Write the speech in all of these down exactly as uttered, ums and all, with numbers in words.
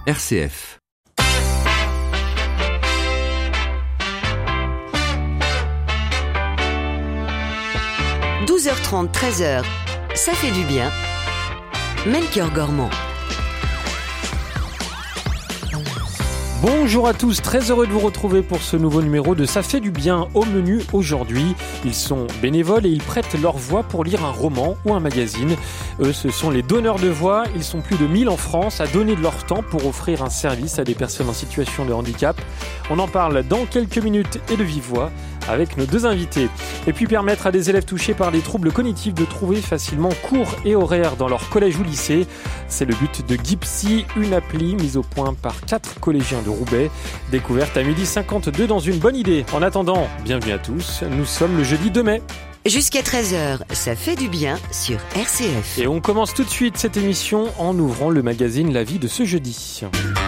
R C F. douze heures trente, treize heures, ça fait du bien. Melchior Gormand. Bonjour à tous, très heureux de vous retrouver pour ce nouveau numéro de Ça fait du bien. Au menu aujourd'hui. Ils sont bénévoles et ils prêtent leur voix pour lire un roman ou un magazine. Eux, ce sont les donneurs de voix. Ils sont plus de mille en France à donner de leur temps pour offrir un service à des personnes en situation de handicap. On en parle dans quelques minutes et de vive voix avec nos deux invités. Et puis permettre à des élèves touchés par des troubles cognitifs de trouver facilement cours et horaires dans leur collège ou lycée. C'est le but de Gipsy, une appli mise au point par quatre collégiens de Roubaix. Découverte à midi cinquante-deux dans Une bonne idée. En attendant, bienvenue à tous. Nous sommes le jeudi deux mai. Jusqu'à treize heures, ça fait du bien sur R C F. Et on commence tout de suite cette émission en ouvrant le magazine La Vie de ce jeudi.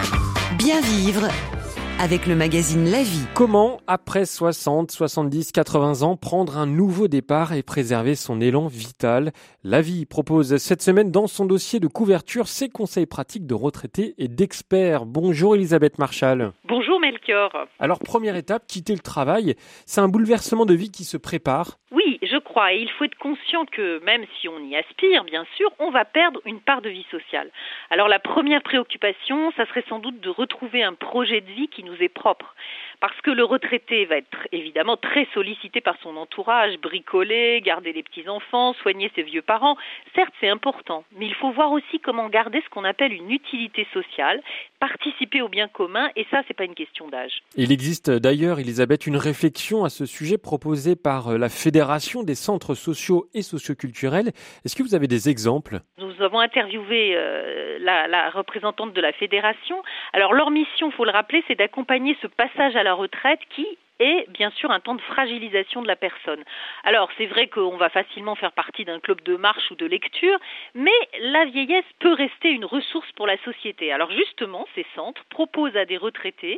Bien vivre avec le magazine La Vie. Comment, après soixante, soixante-dix, quatre-vingts ans, prendre un nouveau départ et préserver son élan vital? La Vie propose cette semaine dans son dossier de couverture ses conseils pratiques de retraités et d'experts. Bonjour Elisabeth Marchal. Bonjour Melchior. Alors première étape, quitter le travail, c'est un bouleversement de vie qui se prépare. Oui, je crois, et il faut être conscient que même si on y aspire, bien sûr, on va perdre une part de vie sociale. Alors la première préoccupation, ça serait sans doute de retrouver un projet de vie qui nous est propre. Parce que le retraité va être évidemment très sollicité par son entourage, bricoler, garder les petits-enfants, soigner ses vieux parents. Certes, c'est important, mais il faut voir aussi comment garder ce qu'on appelle une utilité sociale, participer au bien commun, et ça, c'est pas une question d'âge. Il existe d'ailleurs, Elisabeth, une réflexion à ce sujet proposée par la Fédération des centres sociaux et socioculturels. Est-ce que vous avez des exemples ? Nous avons interviewé euh, la, la représentante de la Fédération. Alors leur mission, il faut le rappeler, c'est d'accompagner ce passage à la retraite qui est bien sûr un temps de fragilisation de la personne. Alors c'est vrai qu'on va facilement faire partie d'un club de marche ou de lecture, mais la vieillesse peut rester une ressource pour la société. Alors justement, ces centres proposent à des retraités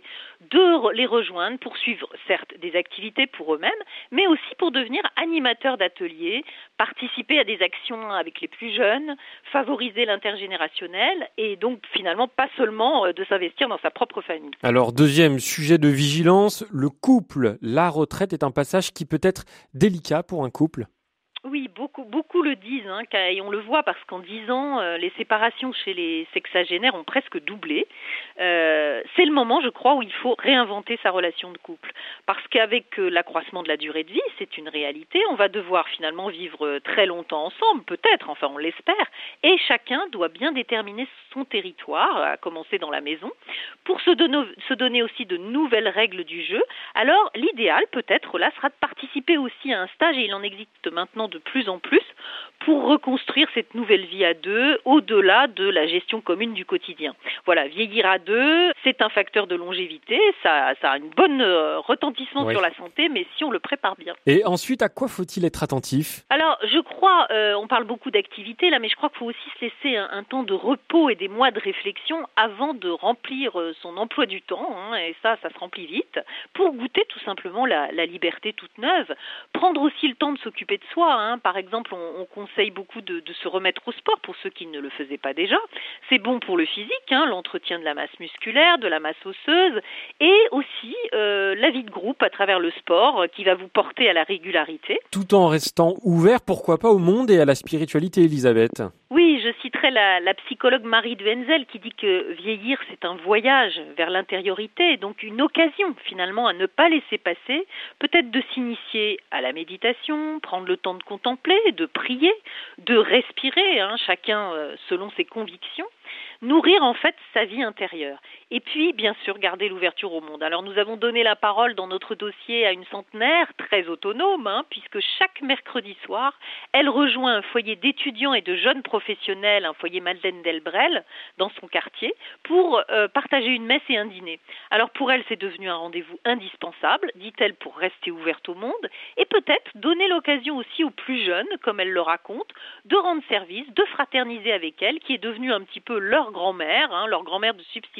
de les rejoindre pour suivre certes des activités pour eux-mêmes, mais aussi pour devenir animateurs d'ateliers, participer à des actions avec les plus jeunes, favoriser l'intergénérationnel et donc finalement pas seulement de s'investir dans sa propre famille. Alors deuxième sujet de vigilance, le couple. La retraite est un passage qui peut être délicat pour un couple. Oui, beaucoup, beaucoup le disent, hein, et on le voit parce qu'en dix ans, euh, les séparations chez les sexagénaires ont presque doublé. Euh, c'est le moment, je crois, où il faut réinventer sa relation de couple. Parce qu'avec euh, l'accroissement de la durée de vie, c'est une réalité, on va devoir finalement vivre très longtemps ensemble, peut-être, enfin on l'espère, et chacun doit bien déterminer son territoire, à commencer dans la maison, pour se donner, se donner aussi de nouvelles règles du jeu. Alors l'idéal, peut-être, là, sera de participer aussi à un stage, et il en existe maintenant de plus en plus, pour reconstruire cette nouvelle vie à deux, au-delà de la gestion commune du quotidien. Voilà, vieillir à deux, c'est un facteur de longévité, ça, ça a une bonne euh, retentissement oui. sur la santé, mais si on le prépare bien. Et ensuite, à quoi faut-il être attentif ? Alors, je crois, euh, on parle beaucoup d'activité là, mais je crois qu'il faut aussi se laisser un, un temps de repos et des mois de réflexion avant de remplir euh, son emploi du temps, hein, et ça, ça se remplit vite, pour goûter tout simplement la, la liberté toute neuve. Prendre aussi le temps de s'occuper de soi, hein. Par exemple, on, on conseille beaucoup de, de se remettre au sport pour ceux qui ne le faisaient pas déjà. C'est bon pour le physique, hein, l'entretien de la masse musculaire, de la masse osseuse, et aussi euh, la vie de groupe à travers le sport qui va vous porter à la régularité. Tout en restant ouvert, pourquoi pas, au monde et à la spiritualité, Elisabeth ? Oui, je citerai la, la psychologue Marie de Henzel qui dit que vieillir, c'est un voyage vers l'intériorité, donc une occasion finalement à ne pas laisser passer, peut-être de s'initier à la méditation, prendre le temps de contempler, de prier, de respirer, hein, chacun euh, selon ses convictions. Nourrir en fait sa vie intérieure. Et puis, bien sûr, garder l'ouverture au monde. Alors, nous avons donné la parole dans notre dossier à une centenaire très autonome, hein, puisque chaque mercredi soir, elle rejoint un foyer d'étudiants et de jeunes professionnels, un foyer Madeleine Delbrel, dans son quartier, pour euh, partager une messe et un dîner. Alors, pour elle, c'est devenu un rendez-vous indispensable, dit-elle, pour rester ouverte au monde, et peut-être donner l'occasion aussi aux plus jeunes, comme elle le raconte, de rendre service, de fraterniser avec elle, qui est devenue un petit peu leur grand-mère, hein, leur grand-mère de substitution,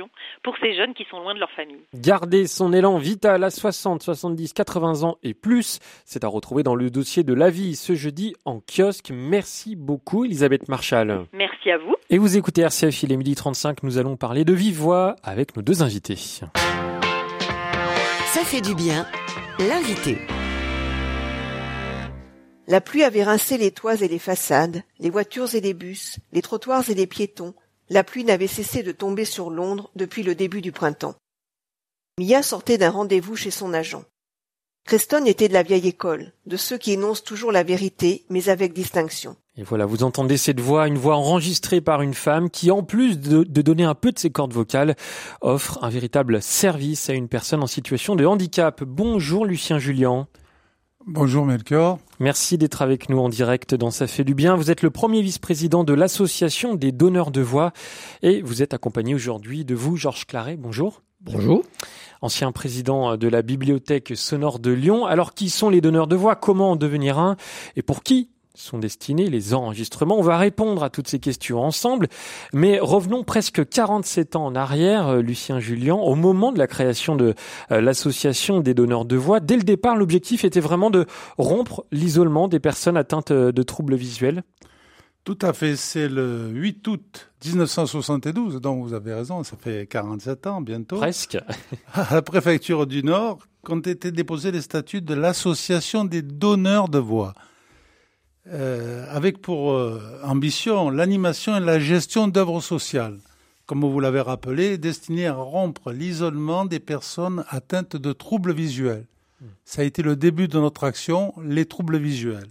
pour ces jeunes qui sont loin de leur famille. Garder son élan vital à soixante, soixante-dix, quatre-vingts ans et plus, c'est à retrouver dans le dossier de La Vie ce jeudi en kiosque. Merci beaucoup Elisabeth Marchal. Merci à vous. Et vous écoutez R C F, il est midi trente-cinq, nous allons parler de vive voix avec nos deux invités. Ça fait du bien, l'invité. La pluie avait rincé les toits et les façades, les voitures et les bus, les trottoirs et les piétons. La pluie n'avait cessé de tomber sur Londres depuis le début du printemps. Mia sortait d'un rendez-vous chez son agent. Creston était de la vieille école, de ceux qui énoncent toujours la vérité, mais avec distinction. Et voilà, vous entendez cette voix, une voix enregistrée par une femme qui, en plus de, de donner un peu de ses cordes vocales, offre un véritable service à une personne en situation de handicap. Bonjour Lucien Julien. Bonjour Melchior. Merci d'être avec nous en direct dans Ça fait du bien. Vous êtes le premier vice-président de l'association des donneurs de voix et vous êtes accompagné aujourd'hui de vous, Georges Claret. Bonjour. Bonjour. Ancien président de la Bibliothèque sonore de Lyon. Alors, qui sont les donneurs de voix? Comment en devenir un? Et pour qui sont destinés les enregistrements? On va répondre à toutes ces questions ensemble. Mais revenons presque quarante-sept ans en arrière, Lucien Julien, au moment de la création de euh, l'association des donneurs de voix. Dès le départ, l'objectif était vraiment de rompre l'isolement des personnes atteintes de troubles visuels. Tout à fait, c'est le huit août dix-neuf cent soixante-douze, donc vous avez raison, ça fait quarante-sept ans bientôt. Presque. À la préfecture du Nord, qu'ont été déposés les statuts de l'association des donneurs de voix. Euh, avec pour euh, ambition l'animation et la gestion d'œuvres sociales, comme vous l'avez rappelé, destinées à rompre l'isolement des personnes atteintes de troubles visuels. Mmh. Ça a été le début de notre action, les troubles visuels.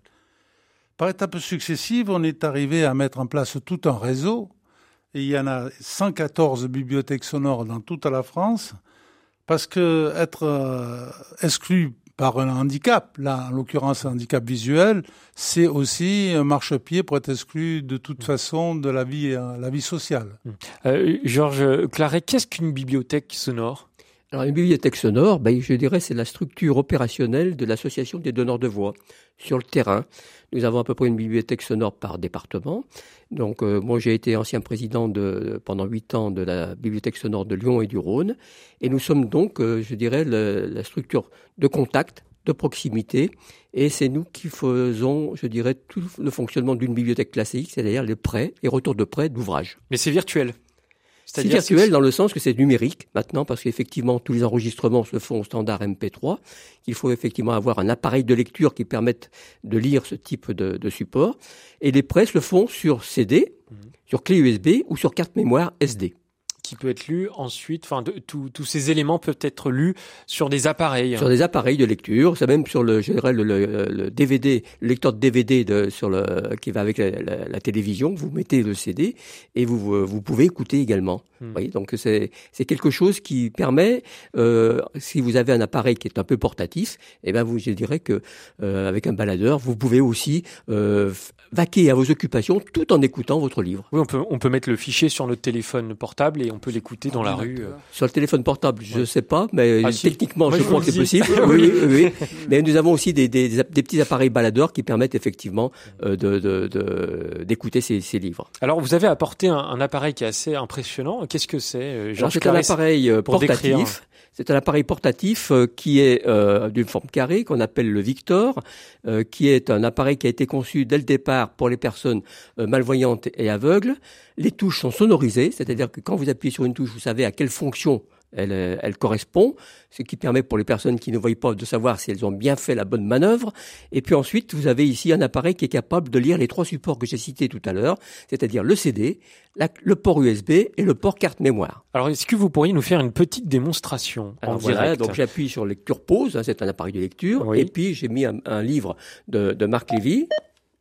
Par étapes successives, on est arrivé à mettre en place tout un réseau, et il y en a cent quatorze bibliothèques sonores dans toute la France, parce que être euh, exclu par un handicap, là en l'occurrence un handicap visuel, c'est aussi un marchepied pour être exclu de toute façon de la vie, la vie sociale. Euh, Georges Claret, qu'est-ce qu'une bibliothèque sonore ? Alors une bibliothèque sonore, ben, je dirais c'est la structure opérationnelle de l'association des donneurs de voix. Sur le terrain, nous avons à peu près une bibliothèque sonore par département. Donc euh, moi j'ai été ancien président de, pendant huit ans de la bibliothèque sonore de Lyon et du Rhône. Et nous sommes donc, euh, je dirais, le, la structure de contact, de proximité. Et c'est nous qui faisons, je dirais, tout le fonctionnement d'une bibliothèque classique, c'est-à-dire les prêts, les retours de prêts d'ouvrages. Mais c'est virtuel. C'est virtuel dans le sens que c'est numérique maintenant, parce qu'effectivement tous les enregistrements se font au standard M P trois. Il faut effectivement avoir un appareil de lecture qui permette de lire ce type de, de support. Et les prêts se font sur C D, mmh. sur clé U S B ou sur carte mémoire S D. Qui peut être lu ensuite, enfin, tous ces éléments peuvent être lus sur des appareils. Sur des appareils de lecture, c'est même sur le, je dirais, le, le, le D V D, le lecteur de D V D de, sur le, qui va avec la, la, la télévision. Vous mettez le C D et vous, vous pouvez écouter également. Hmm. Vous voyez, donc c'est, c'est quelque chose qui permet, euh, si vous avez un appareil qui est un peu portatif, eh ben vous, je dirais que euh, avec un baladeur, vous pouvez aussi euh, vaquer à vos occupations tout en écoutant votre livre. Oui, on peut, on peut mettre le fichier sur notre téléphone portable et on peut l'écouter dans ah, la rue. Sur le téléphone portable, je ne ouais. sais pas, mais ah, techniquement, si. je crois que c'est possible. oui, oui, oui. Mais nous avons aussi des, des, des petits appareils baladeurs qui permettent effectivement euh, de, de, de, d'écouter ces, ces livres. Alors, vous avez apporté un, un appareil qui est assez impressionnant. Qu'est-ce que c'est, euh, Alors, c'est un appareil euh, portatif. C'est un appareil portatif euh, qui est euh, d'une forme carrée, qu'on appelle le Victor, euh, qui est un appareil qui a été conçu dès le départ pour les personnes euh, malvoyantes et aveugles. Les touches sont sonorisées, c'est-à-dire que quand vous appuyez sur une touche, vous savez à quelle fonction elle, elle correspond, ce qui permet pour les personnes qui ne voient pas de savoir si elles ont bien fait la bonne manœuvre. Et puis ensuite, vous avez ici un appareil qui est capable de lire les trois supports que j'ai cités tout à l'heure, c'est-à-dire le C D, la, le port U S B et le port carte mémoire. Alors, est-ce que vous pourriez nous faire une petite démonstration en Alors, direct ? Voilà, donc j'appuie sur lecture pause, hein, c'est un appareil de lecture, oui. Et puis j'ai mis un, un livre de, de Marc Lévy.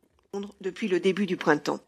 Depuis le début du printemps.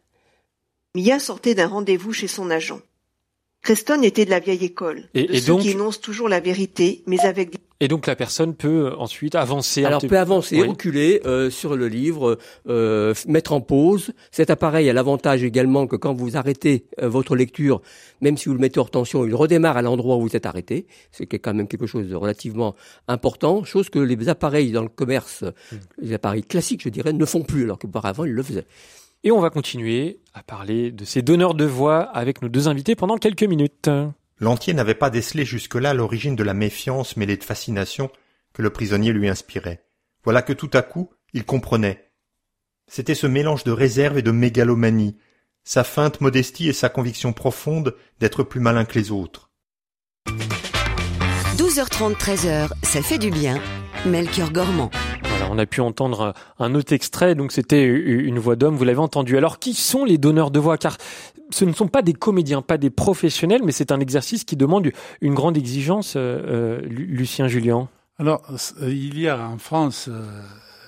Mia sortait d'un rendez-vous chez son agent. Creston était de la vieille école, et, de et ceux donc, qui énoncent toujours la vérité, mais avec... Et donc la personne peut ensuite avancer... Alors peut avancer, oui. reculer euh, sur le livre, euh, mettre en pause. Cet appareil a l'avantage également que quand vous arrêtez euh, votre lecture, même si vous le mettez hors tension, il redémarre à l'endroit où vous êtes arrêté. C'est quand même quelque chose de relativement important, chose que les appareils dans le commerce, mmh. les appareils classiques je dirais, ne font plus, alors qu'auparavant ils le faisaient. Et on va continuer à parler de ces donneurs de voix avec nos deux invités pendant quelques minutes. Lantier n'avait pas décelé jusque-là l'origine de la méfiance mêlée de fascination que le prisonnier lui inspirait. Voilà que tout à coup, il comprenait. C'était ce mélange de réserve et de mégalomanie, sa feinte modestie et sa conviction profonde d'être plus malin que les autres. douze heures trente, treize heures, ça fait du bien. Melchior Gormand. Voilà, on a pu entendre un autre extrait, donc c'était une voix d'homme, vous l'avez entendu. Alors, qui sont les donneurs de voix? Car ce ne sont pas des comédiens, pas des professionnels, mais c'est un exercice qui demande une grande exigence, euh, Lucien Julien. Alors, il y a en France euh,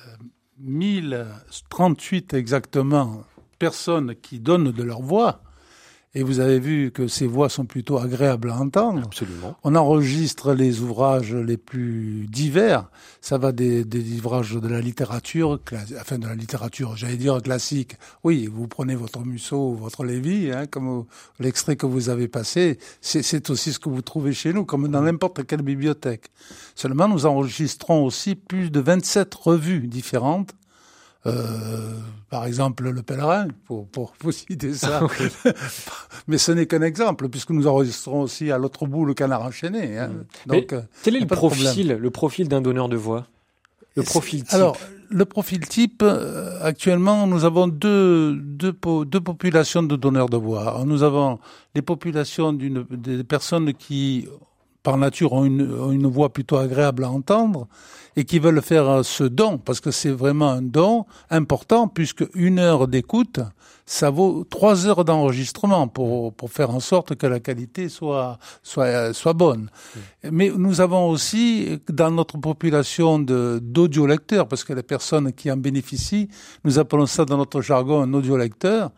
mille trente-huit exactement personnes qui donnent de leur voix. Et vous avez vu que ces voix sont plutôt agréables à entendre. Absolument. On enregistre les ouvrages les plus divers. Ça va des, des ouvrages de la littérature, enfin de la littérature, j'allais dire classique. Oui, vous prenez votre Musso, votre Lévy, hein, comme l'extrait que vous avez passé, c'est, c'est aussi ce que vous trouvez chez nous, comme dans n'importe quelle bibliothèque. Seulement, nous enregistrons aussi plus de vingt-sept revues différentes. Euh, par exemple, Le Pèlerin, pour, pour vous citer ça. Mais ce n'est qu'un exemple, puisque nous enregistrons aussi à l'autre bout Le Canard enchaîné. Hein. Donc, euh, quel est le profil, le profil d'un donneur de voix? Le profil type. Alors, le profil type, euh, actuellement, nous avons deux, deux, po- deux populations de donneurs de voix. Alors, nous avons les populations d'une, des personnes qui, par nature, ont une, ont une voix plutôt agréable à entendre et qui veulent faire ce don, parce que c'est vraiment un don important, puisque une heure d'écoute, ça vaut trois heures d'enregistrement pour, pour faire en sorte que la qualité soit, soit, soit bonne. Mmh. Mais nous avons aussi, dans notre population de, d'audiolecteurs, parce que les personnes qui en bénéficient, nous appelons ça dans notre jargon un audiolecteur.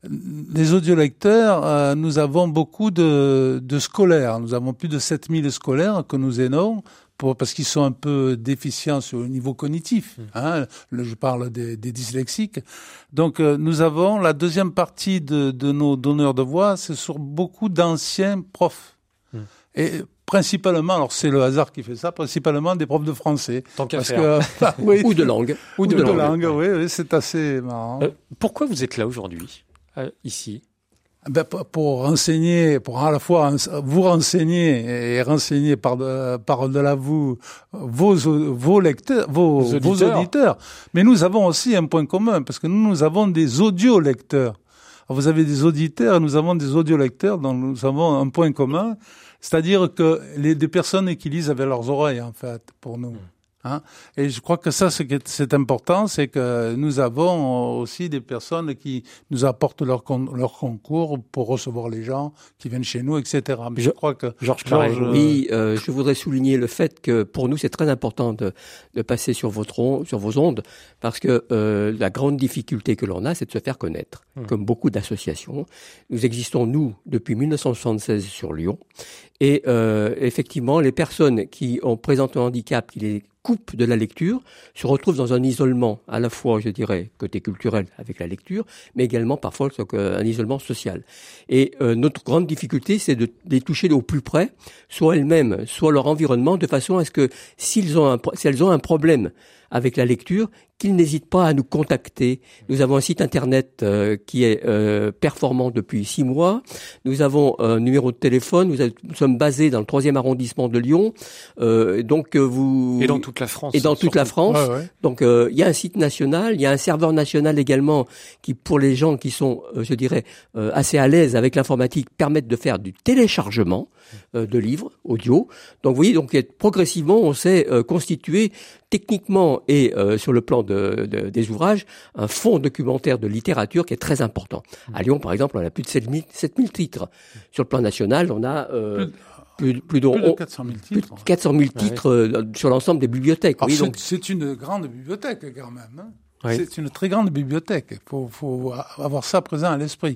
Les audiolecteurs, euh, nous avons beaucoup de, de scolaires. Nous avons plus de sept mille scolaires que nous aidons pour, parce qu'ils sont un peu déficients sur le niveau cognitif. Mmh. Hein. Là, je parle des, des dyslexiques. Donc, euh, nous avons la deuxième partie de, de nos donneurs de voix, c'est sur beaucoup d'anciens profs. Mmh. Et principalement, alors c'est le hasard qui fait ça, principalement des profs de français. Tant qu'à parce faire. Que, bah, oui, ou de langue. Ou, ou de, de langue, langue oui, oui, c'est assez marrant. Euh, pourquoi vous êtes là aujourd'hui, euh, ici? Ben, pour renseigner, pour à la fois vous renseigner et renseigner par de, par de là vous, vos, vos lecteurs, vos, vos, auditeurs. vos auditeurs. Mais nous avons aussi un point commun, parce que nous, nous avons des audiolecteurs. Alors, vous avez des auditeurs et nous avons des audiolecteurs dont nous avons un point commun. C'est-à-dire que les, des personnes qui lisent avec leurs oreilles, en fait, pour nous. Hein? Et je crois que ça, c'est, c'est important, c'est que nous avons aussi des personnes qui nous apportent leur, con, leur concours pour recevoir les gens qui viennent chez nous, et cetera. Mais je, je crois que Georges, Georges oui, euh, je voudrais souligner le fait que pour nous, c'est très important de, de passer sur, votre on, sur vos ondes, parce que euh, la grande difficulté que l'on a, c'est de se faire connaître, mmh. comme beaucoup d'associations. Nous existons, nous, depuis dix-neuf cent soixante-seize sur Lyon, et euh, effectivement, les personnes qui ont présenté un handicap, qui les coupe de la lecture, se retrouve dans un isolement à la fois, je dirais, côté culturel avec la lecture, mais également parfois un isolement social. Et euh, notre grande difficulté, c'est de, de les toucher au plus près, soit elles-mêmes, soit leur environnement, de façon à ce que s'ils ont un, si elles ont un problème avec la lecture, qu'ils n'hésitent pas à nous contacter. Nous avons un site internet euh, qui est euh, performant depuis six mois. Nous avons un numéro de téléphone. Nous, avons, nous sommes basés dans le troisième arrondissement de Lyon. Euh, donc euh, vous et dans toute la France. Et dans toute surtout. la France. Ouais, ouais. Donc euh, il y a un site national, il y a un serveur national également qui, pour les gens qui sont, euh, je dirais, euh, assez à l'aise avec l'informatique, permettent de faire du téléchargement euh, de livres audio. Donc vous voyez, donc progressivement, on s'est euh, constitué techniquement et euh, sur le plan de, de, des ouvrages, un fonds documentaire de littérature qui est très important. À Lyon, par exemple, on a plus de sept mille titres. Sur le plan national, on a euh, plus, plus, plus, de, plus de quatre cent mille titres, plus de quatre cent mille titres euh, sur l'ensemble des bibliothèques. Alors oui, c'est, donc... c'est une grande bibliothèque quand même. Hein. Oui. C'est une très grande bibliothèque. Il faut, faut avoir ça présent à l'esprit.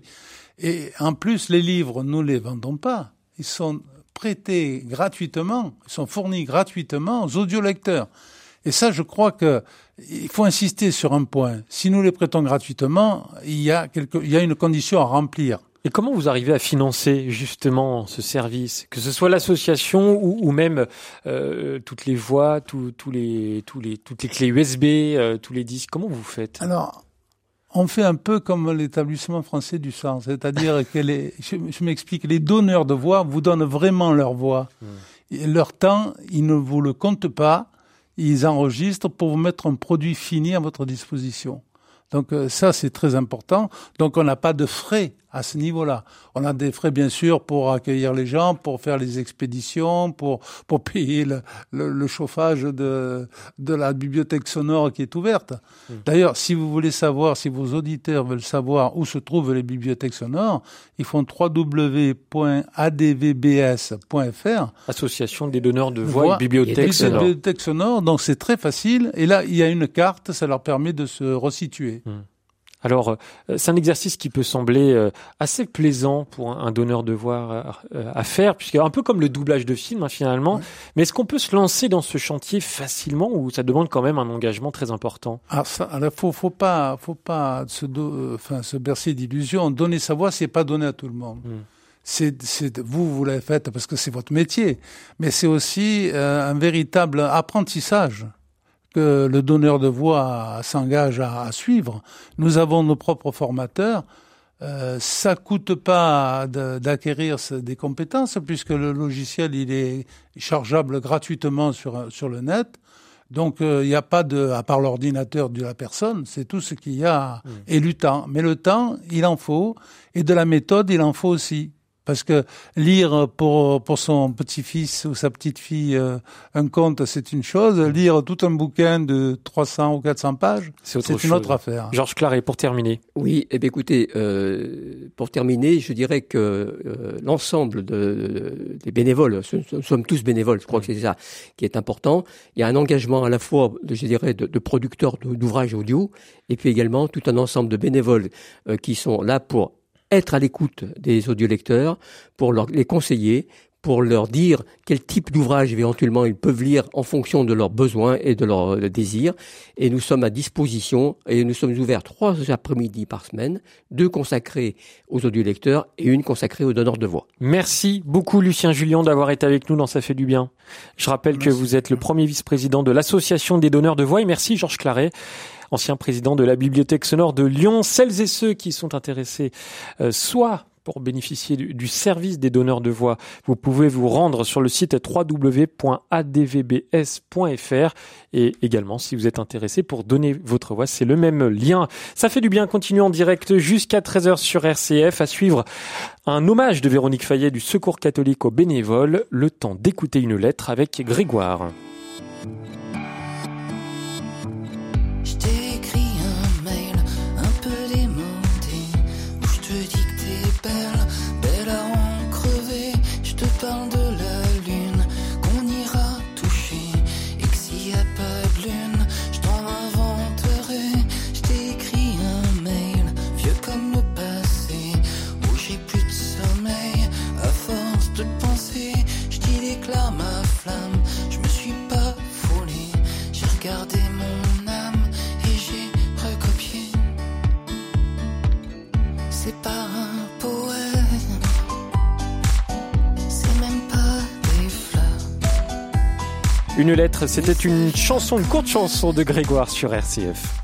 Et en plus, les livres, nous les vendons pas. Ils sont prêtés gratuitement, ils sont fournis gratuitement aux audiolecteurs. Et ça, je crois que il faut insister sur un point. Si nous les prêtons gratuitement, il y a quelque, il y a une condition à remplir. Et comment vous arrivez à financer justement ce service, que ce soit l'association ou, ou même euh, toutes les voix, tous, tous les, tous les, toutes les clés U S B, euh, tous les disques. Comment vous faites ? Alors, on fait un peu comme l'établissement français du sang, c'est-à-dire que les, je, je m'explique, les donneurs de voix vous donnent vraiment leur voix. Mmh. Et leur temps, ils ne vous le comptent pas, ils enregistrent pour vous mettre un produit fini à votre disposition. Donc ça, c'est très important. Donc on n'a pas de frais à ce niveau-là. On a des frais, bien sûr, pour accueillir les gens, pour faire les expéditions, pour pour payer le, le, le chauffage de de la bibliothèque sonore qui est ouverte. Mmh. D'ailleurs, si vous voulez savoir, si vos auditeurs veulent savoir où se trouvent les bibliothèques sonores, ils font w w w point a d v b s point f r. Association des donneurs de voix, voix et bibliothèques sonores. Bibliothèques sonores, donc c'est très facile. Et là, il y a une carte, ça leur permet de se resituer. Mmh. Alors, c'est un exercice qui peut sembler assez plaisant pour un donneur de voix à faire, puisque un peu comme le doublage de film, hein, finalement. Ouais. Mais est-ce qu'on peut se lancer dans ce chantier facilement, ou ça demande quand même un engagement très important? Alors, ça, alors faut, faut pas, faut pas se, do, enfin, se bercer d'illusions. Donner sa voix, c'est pas donner à tout le monde. Mmh. C'est, c'est, vous, vous l'avez fait parce que c'est votre métier, mais c'est aussi euh, un véritable apprentissage que le donneur de voix s'engage à, à suivre. Nous avons nos propres formateurs. Euh, ça coûte pas de, d'acquérir des compétences puisque le logiciel il est chargeable gratuitement sur sur le net. Donc il euh, n'y a pas de, à part l'ordinateur de la personne, c'est tout ce qu'il y a mmh. et du temps. Mais le temps, il en faut, et de la méthode, il en faut aussi. Parce que lire pour pour son petit-fils ou sa petite-fille euh, un conte, c'est une chose. Lire tout un bouquin de trois cents ou quatre cents pages, c'est, autre c'est chose. Une autre affaire. Georges Claret, pour terminer. Oui, eh bien, écoutez, euh, pour terminer, je dirais que euh, l'ensemble de, de, des bénévoles, nous sommes tous bénévoles, je crois que c'est ça qui est important. Il y a un engagement à la fois, de, je dirais, de, de producteurs d'ouvrages audio, et puis également tout un ensemble de bénévoles euh, qui sont là pour être à l'écoute des audiolecteurs, pour leur, les conseiller, pour leur dire quel type d'ouvrage éventuellement ils peuvent lire en fonction de leurs besoins et de leurs désirs. Et nous sommes à disposition et nous sommes ouverts trois après-midi par semaine, deux consacrés aux audiolecteurs et une consacrée aux donneurs de voix. Merci beaucoup Lucien Jullian d'avoir été avec nous dans Ça fait du bien. Je rappelle merci. Que vous êtes le premier vice-président de l'Association des donneurs de voix et merci Georges Claret, ancien président de la Bibliothèque sonore de Lyon. Celles et ceux qui sont intéressés, euh, soit pour bénéficier du, du service des donneurs de voix, vous pouvez vous rendre sur le site w w w point a d v b s point f r et également, si vous êtes intéressé pour donner votre voix, c'est le même lien. Ça fait du bien, continue en direct jusqu'à treize heures sur R C F. À suivre, un hommage de Véronique Fayet du Secours catholique aux bénévoles. Le temps d'écouter une lettre avec Grégoire. Une lettre, c'était une chanson, une courte chanson de Grégoire sur R C F.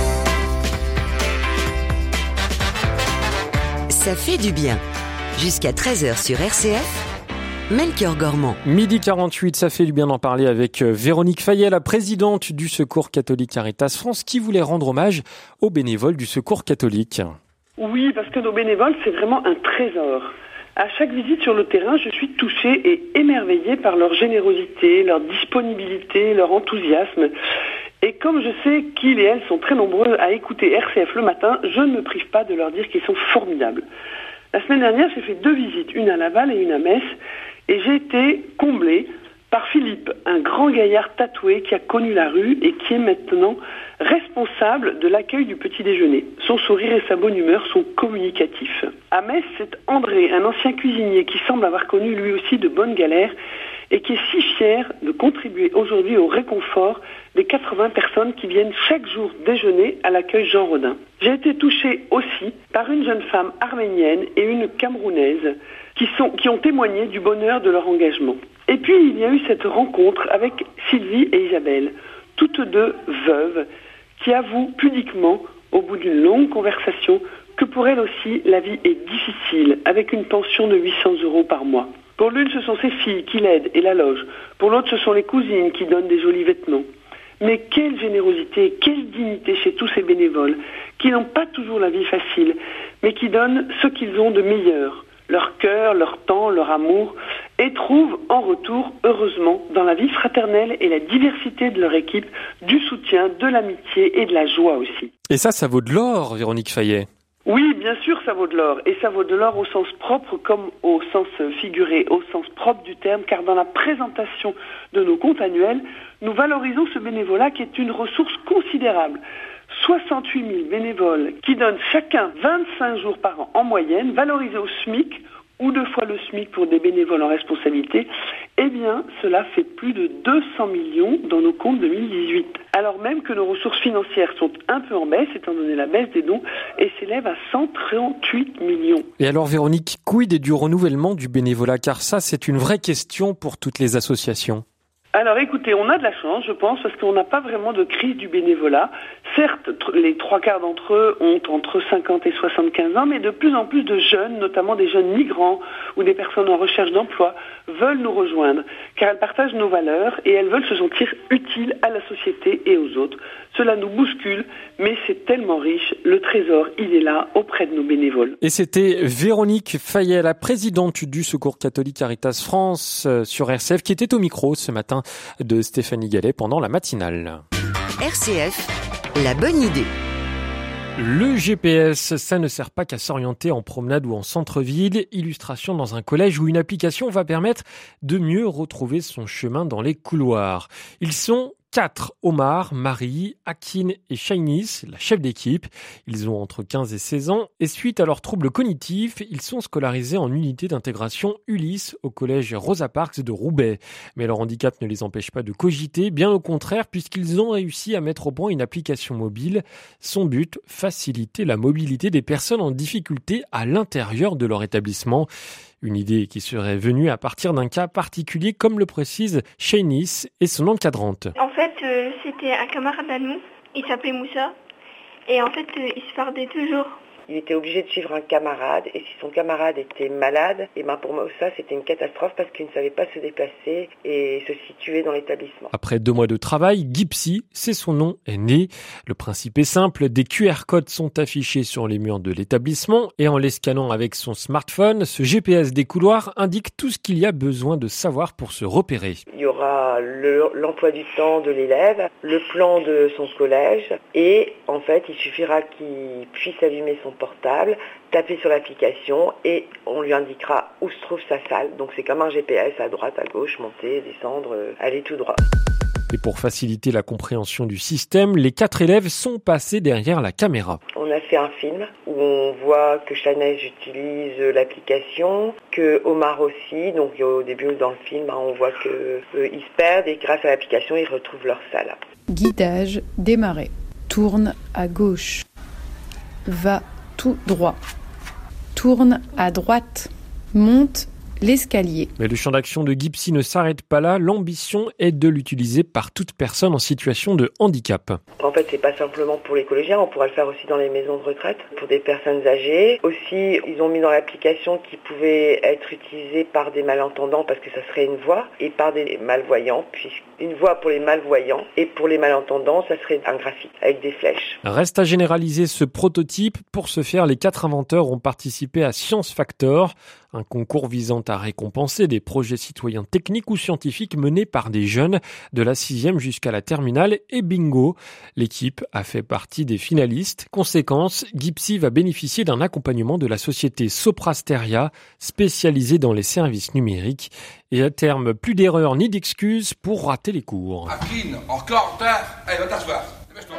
Ça fait du bien. Jusqu'à treize heures sur R C F, Melchior Gormand. Midi quarante-huit, ça fait du bien d'en parler avec Véronique Fayet, la présidente du Secours catholique Caritas France, qui voulait rendre hommage aux bénévoles du Secours catholique. Oui, parce que nos bénévoles, c'est vraiment un trésor. À chaque visite sur le terrain, je suis touchée et émerveillée par leur générosité, leur disponibilité, leur enthousiasme. Et comme je sais qu'ils et elles sont très nombreux à écouter R C F le matin, je ne me prive pas de leur dire qu'ils sont formidables. La semaine dernière, j'ai fait deux visites, une à Laval et une à Metz, et j'ai été comblée par Philippe, un grand gaillard tatoué qui a connu la rue et qui est maintenant responsable de l'accueil du petit déjeuner. Son sourire et sa bonne humeur sont communicatifs. À Metz, c'est André, un ancien cuisinier qui semble avoir connu lui aussi de bonnes galères et qui est si fier de contribuer aujourd'hui au réconfort des quatre-vingts personnes qui viennent chaque jour déjeuner à l'accueil Jean Rodin. J'ai été touchée aussi par une jeune femme arménienne et une camerounaise qui, sont, qui ont témoigné du bonheur de leur engagement. Et puis, il y a eu cette rencontre avec Sylvie et Isabelle, toutes deux veuves, qui avouent pudiquement au bout d'une longue conversation, que pour elle aussi, la vie est difficile, avec une pension de huit cents euros par mois. Pour l'une, ce sont ses filles qui l'aident et la logent. Pour l'autre, ce sont les cousines qui donnent des jolis vêtements. Mais quelle générosité, quelle dignité chez tous ces bénévoles, qui n'ont pas toujours la vie facile, mais qui donnent ce qu'ils ont de meilleur, leur cœur, leur temps, leur amour, et trouvent en retour, heureusement, dans la vie fraternelle et la diversité de leur équipe, du soutien, de l'amitié et de la joie aussi. Et ça, ça vaut de l'or, Véronique Fayet. Oui, bien sûr, ça vaut de l'or. Et ça vaut de l'or au sens propre comme au sens figuré, au sens propre du terme, car dans la présentation de nos comptes annuels, nous valorisons ce bénévolat qui est une ressource considérable. soixante-huit mille bénévoles qui donnent chacun vingt-cinq jours par an en moyenne, valorisés au SMIC, ou deux fois le SMIC pour des bénévoles en responsabilité, eh bien, cela fait plus de deux cents millions dans nos comptes deux mille dix-huit. Alors même que nos ressources financières sont un peu en baisse, étant donné la baisse des dons, et s'élèvent à cent trente-huit millions. Et alors, Véronique, quid du renouvellement du bénévolat? Car ça, c'est une vraie question pour toutes les associations. Alors écoutez, on a de la chance, je pense, parce qu'on n'a pas vraiment de crise du bénévolat. Certes, les trois quarts d'entre eux ont entre cinquante et soixante-quinze ans, mais de plus en plus de jeunes, notamment des jeunes migrants ou des personnes en recherche d'emploi, veulent nous rejoindre, car elles partagent nos valeurs et elles veulent se sentir utiles à la société et aux autres. Cela nous bouscule, mais c'est tellement riche. Le trésor, il est là, auprès de nos bénévoles. Et c'était Véronique Fayet, la présidente du Secours catholique Caritas France sur R C F, qui était au micro ce matin de Stéphanie Gallet pendant la matinale. R C F, la bonne idée. Le G P S, ça ne sert pas qu'à s'orienter en promenade ou en centre-ville. Illustration dans un collège où une application va permettre de mieux retrouver son chemin dans les couloirs. Ils sont quatre, Omar, Marie, Akin et Shainis, la chef d'équipe. Ils ont entre quinze et seize ans et suite à leurs troubles cognitifs, ils sont scolarisés en unité d'intégration Ulysse au collège Rosa Parks de Roubaix. Mais leur handicap ne les empêche pas de cogiter, bien au contraire, puisqu'ils ont réussi à mettre au point une application mobile. Son but, faciliter la mobilité des personnes en difficulté à l'intérieur de leur établissement. Une idée qui serait venue à partir d'un cas particulier, comme le précise Shainis et son encadrante. En fait, euh, c'était un camarade à nous, il s'appelait Moussa, et en fait, euh, il se fardait toujours. Il était obligé de suivre un camarade, et si son camarade était malade, et ben pour Moussa, c'était une catastrophe parce qu'il ne savait pas se déplacer et se situer dans l'établissement. Après deux mois de travail, Gipsy, c'est son nom, est né. Le principe est simple, des Q R codes sont affichés sur les murs de l'établissement et en les scannant avec son smartphone, ce G P S des couloirs indique tout ce qu'il y a besoin de savoir pour se repérer. Il y aura le, l'emploi du temps de l'élève, le plan de son collège et en fait, il suffira qu'il puisse allumer son portable, taper sur l'application et on lui indiquera où se trouve sa salle. Donc c'est comme un G P S, à droite, à gauche, monter, descendre, aller tout droit. Et pour faciliter la compréhension du système, les quatre élèves sont passés derrière la caméra. On a fait un film où on voit que Chanel utilise l'application, que Omar aussi. Donc au début dans le film, on voit qu'ils euh, se perdent et grâce à l'application, ils retrouvent leur salle. Guidage, démarrer. Tourne à gauche. Va tout droit. Tourne à droite. Monte l'escalier. Mais le champ d'action de Gipsy ne s'arrête pas là. L'ambition est de l'utiliser par toute personne en situation de handicap. En fait, c'est pas simplement pour les collégiens, on pourra le faire aussi dans les maisons de retraite, pour des personnes âgées. Aussi, ils ont mis dans l'application qui pouvait être utilisée par des malentendants parce que ça serait une voix, et par des malvoyants, puisqu'une voix pour les malvoyants, et pour les malentendants, ça serait un graphique avec des flèches. Reste à généraliser ce prototype. Pour ce faire, les quatre inventeurs ont participé à Science Factor, un concours visant à récompenser des projets citoyens techniques ou scientifiques menés par des jeunes de la sixième jusqu'à la terminale, et bingo, l'équipe a fait partie des finalistes. Conséquence, Gipsy va bénéficier d'un accompagnement de la société Soprasteria, spécialisée dans les services numériques. Et à terme, plus d'erreurs ni d'excuses pour rater les cours. Akin, encore en retard. Allez, va t'asseoir. Dépêche-toi.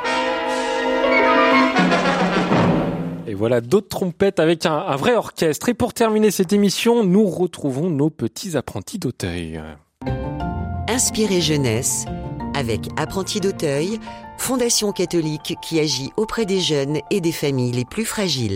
Et voilà d'autres trompettes avec un, un vrai orchestre. Et pour terminer cette émission, nous retrouvons nos petits apprentis d'Auteuil. Inspirez jeunesse avec Apprentis d'Auteuil, fondation catholique qui agit auprès des jeunes et des familles les plus fragiles.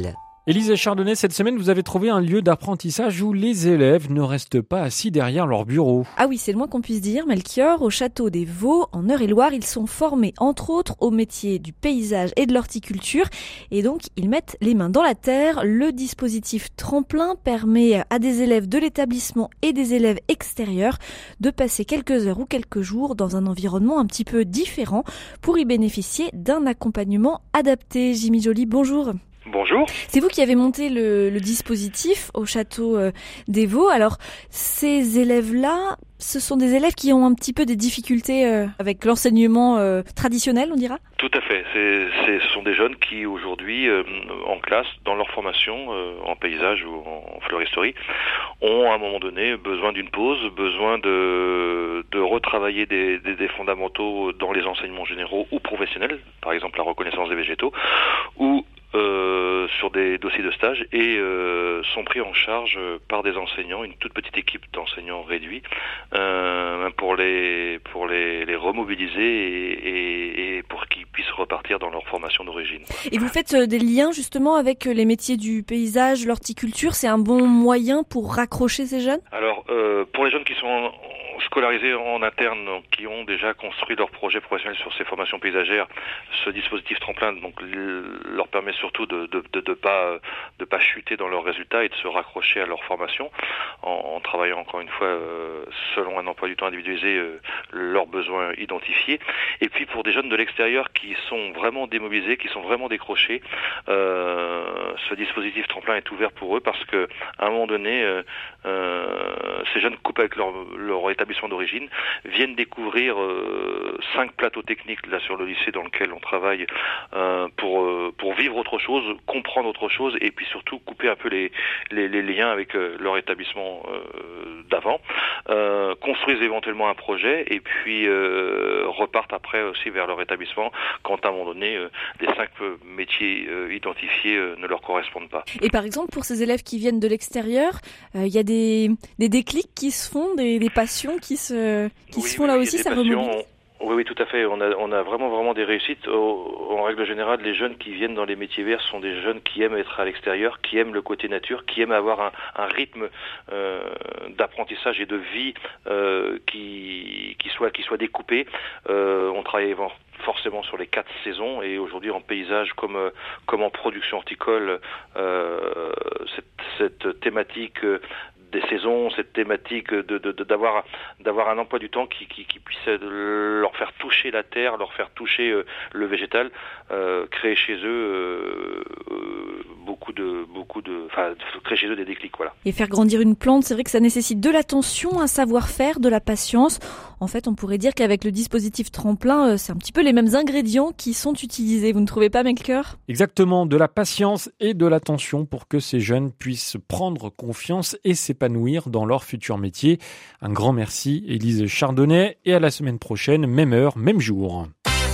Élise Chardonnay, cette semaine, vous avez trouvé un lieu d'apprentissage où les élèves ne restent pas assis derrière leur bureau. Ah oui, c'est le moins qu'on puisse dire, Melchior. Au château des Vaux, en Eure-et-Loire, ils sont formés, entre autres, au métier du paysage et de l'horticulture. Et donc, ils mettent les mains dans la terre. Le dispositif tremplin permet à des élèves de l'établissement et des élèves extérieurs de passer quelques heures ou quelques jours dans un environnement un petit peu différent pour y bénéficier d'un accompagnement adapté. Jimmy Joly, bonjour. Bonjour. C'est vous qui avez monté le, le dispositif au château euh, des Vaux. Alors, ces élèves-là, ce sont des élèves qui ont un petit peu des difficultés euh, avec l'enseignement euh, traditionnel, on dira ? Tout à fait. C'est, c'est, ce sont des jeunes qui, aujourd'hui, euh, en classe, dans leur formation, euh, en paysage ou en fleuristerie, ont à un moment donné besoin d'une pause, besoin de, de retravailler des, des, des fondamentaux dans les enseignements généraux ou professionnels, par exemple la reconnaissance des végétaux, ou Euh, sur des dossiers de stage et euh, sont pris en charge par des enseignants, une toute petite équipe d'enseignants réduits euh, pour les pour les, les remobiliser et, et, et pour qu'ils puissent repartir dans leur formation d'origine. Et vous faites des liens justement avec les métiers du paysage, l'horticulture, c'est un bon moyen pour raccrocher ces jeunes ? Alors euh, pour les jeunes qui sont scolarisés en interne, donc, qui ont déjà construit leur projet professionnel sur ces formations paysagères, ce dispositif tremplin donc leur permet surtout de de de, de pas de pas chuter dans leurs résultats et de se raccrocher à leur formation en, en travaillant encore une fois euh, selon un emploi du temps individualisé, euh, leurs besoins identifiés. Et puis pour des jeunes de l'extérieur qui sont vraiment démobilisés, qui sont vraiment décrochés, euh, ce dispositif tremplin est ouvert pour eux parce que à un moment donné, euh, euh, ces jeunes coupent avec leur leur établissement d'origine, viennent découvrir euh, cinq plateaux techniques là sur le lycée dans lequel on travaille euh, pour euh, pour vivre autre chose, comprendre autre chose et puis surtout couper un peu les les, les liens avec euh, leur établissement euh, d'avant, euh, construisent éventuellement un projet et puis euh, repartent après aussi vers leur établissement quand à un moment donné euh, les cinq métiers euh, identifiés euh, ne leur correspondent pas. Et par exemple pour ces élèves qui viennent de l'extérieur, il euh, y a des des déclics qui se font, des, des passions qui se qui oui, se font là aussi, ça remobilise. Oui, oui, tout à fait. On a, on a vraiment, vraiment des réussites. En règle générale, les jeunes qui viennent dans les métiers verts sont des jeunes qui aiment être à l'extérieur, qui aiment le côté nature, qui aiment avoir un, un rythme euh, d'apprentissage et de vie euh, qui, qui soit, qui soit découpé. Euh, on travaille forcément sur les quatre saisons et aujourd'hui en paysage comme comme en production horticole, euh, cette, cette thématique des saisons, cette thématique de, de, de d'avoir d'avoir un emploi du temps qui, qui, qui puisse leur faire toucher la terre, leur faire toucher euh, le végétal, euh, créer chez eux euh, euh, beaucoup de beaucoup de enfin créer chez eux des déclics, voilà. Et faire grandir une plante, c'est vrai que ça nécessite de l'attention, un savoir-faire, de la patience. En fait, on pourrait dire qu'avec le dispositif tremplin, c'est un petit peu les mêmes ingrédients qui sont utilisés. Vous ne trouvez pas, Melchior ? Exactement, de la patience et de l'attention pour que ces jeunes puissent prendre confiance et s'épanouir dans leur futur métier. Un grand merci, Élise Chardonnay, et à la semaine prochaine, même heure, même jour.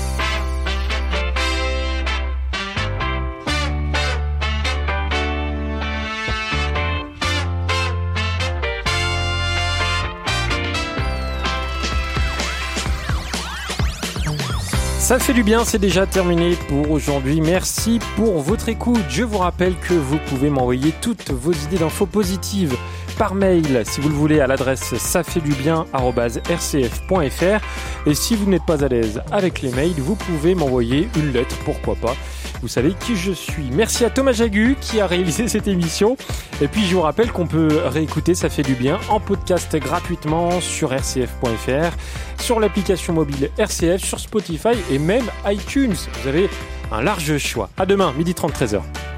Ça fait du bien, c'est déjà terminé pour aujourd'hui. Merci pour votre écoute. Je vous rappelle que vous pouvez m'envoyer toutes vos idées d'infos positives par mail, si vous le voulez, à l'adresse ça fait du bien arobase r c f point f r. Et si vous n'êtes pas à l'aise avec les mails, vous pouvez m'envoyer une lettre, pourquoi pas. Vous savez qui je suis. Merci à Thomas Jagu qui a réalisé cette émission. Et puis je vous rappelle qu'on peut réécouter Ça fait du bien en podcast gratuitement sur r c f point f r, sur l'application mobile R C F, sur Spotify et même iTunes. Vous avez un large choix. À demain, midi trente, treize heures.